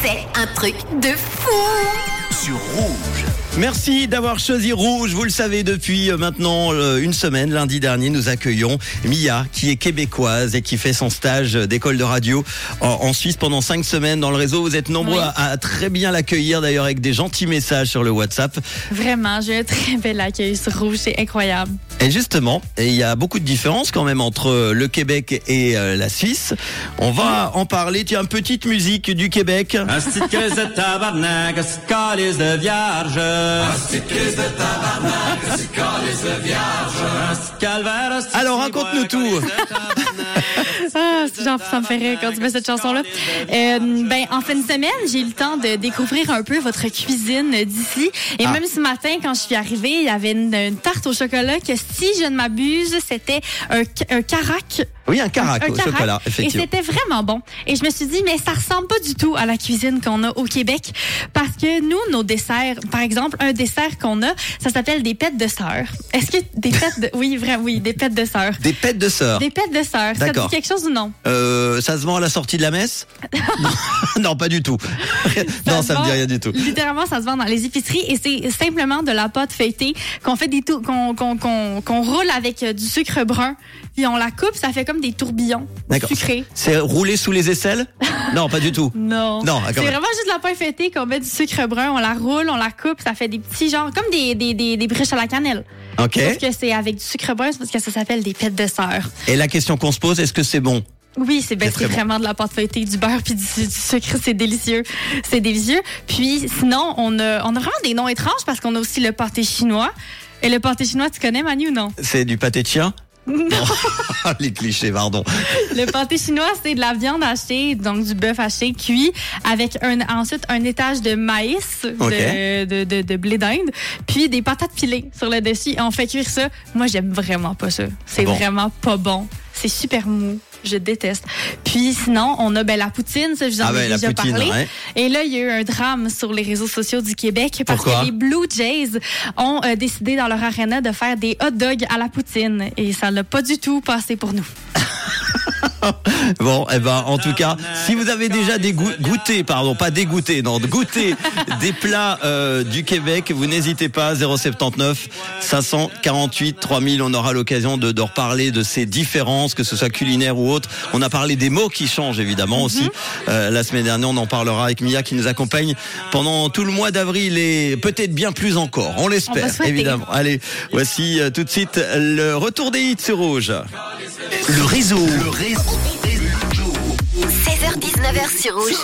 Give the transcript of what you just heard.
C'est un truc de fou. Sur Rouge. Merci d'avoir choisi Rouge. Vous le savez, depuis maintenant une semaine, lundi dernier, nous accueillons Mia, qui est québécoise et qui fait son stage d'école de radio en Suisse pendant 5 semaines dans le réseau. Vous êtes nombreux à très bien l'accueillir, d'ailleurs, avec des gentils messages sur le WhatsApp. Vraiment, j'ai un très bel accueil sur Rouge, c'est incroyable. Et justement, il y a beaucoup de différences quand même entre le Québec et la Suisse. On va en parler. Tiens, petite musique du Québec. Un petit crise de tabarnak, un petit calice de vierge. Un petit crise de tabarnak, un petit calice de vierge. Un petit calvaire, un petit Alors, raconte-nous tout. Genre, ça me fait rire quand tu mets cette chanson-là. En fin de semaine, j'ai eu le temps de découvrir un peu votre cuisine d'ici. Et même ce matin, quand je suis arrivée, il y avait une tarte au chocolat que, si je ne m'abuse, c'était un carac. Oui, un carac au chocolat, effectivement. Et c'était vraiment bon. Et je me suis dit, mais ça ressemble pas du tout à la cuisine qu'on a au Québec. Parce que nous, nos desserts, par exemple, un dessert qu'on a, ça s'appelle des pêtes de sœur. Est-ce que des pêtes de... Oui, des pêtes de sœur. Des pêtes de sœur. Des pêtes de sœur. Ça dit quelque chose ou non? Ça se vend à la sortie de la messe? Non, pas du tout. Non, ça me dit rien du tout. Littéralement, ça se vend dans les épiceries et c'est simplement de la pâte feuilletée qu'on fait qu'on roule avec du sucre brun. Puis on la coupe, ça fait comme des tourbillons sucrés. C'est roulé sous les aisselles? Non, pas du tout. Non. C'est vraiment juste de la pâte feuilletée qu'on met du sucre brun, on la roule, on la coupe, ça fait des petits genres, comme des briches à la cannelle. OK. Sauf que c'est avec du sucre brun, c'est parce que ça s'appelle des pêtes de sœur. Et la question qu'on se pose, est-ce que c'est bon? Oui, c'est vraiment de la pâte feuilletée, du beurre puis du sucre, c'est délicieux. C'est délicieux. Puis sinon, on a vraiment des noms étranges parce qu'on a aussi le pâté chinois. Et le pâté chinois, tu connais, Manu, ou non? C'est du pâté de chien? Non. Les clichés, pardon. Le pâté chinois, c'est de la viande hachée, donc du bœuf haché cuit, avec ensuite un étage de maïs, de blé d'Inde, puis des patates pilées sur le dessus. Et on fait cuire ça. Moi, j'aime vraiment pas ça. C'est vraiment pas bon. C'est super mou. Je déteste. Puis sinon, on a la poutine, ça, je vous en ai déjà parlé. Ouais. Et là, il y a eu un drame sur les réseaux sociaux du Québec parce que les Blue Jays ont décidé dans leur aréna de faire des hot dogs à la poutine. Et ça n'a pas du tout passé pour nous. Bon, en tout cas, si vous avez déjà goûté des plats du Québec, vous n'hésitez pas, 079 548 3000, on aura l'occasion de reparler de ces différences, que ce soit culinaire ou autre. On a parlé des mots qui changent évidemment aussi. La semaine dernière, on en parlera avec Mia qui nous accompagne pendant tout le mois d'avril et peut-être bien plus encore, on l'espère évidemment. Allez, voici tout de suite le retour des hits sur Rouge. Le réseau. 16h-19h sur Rouge.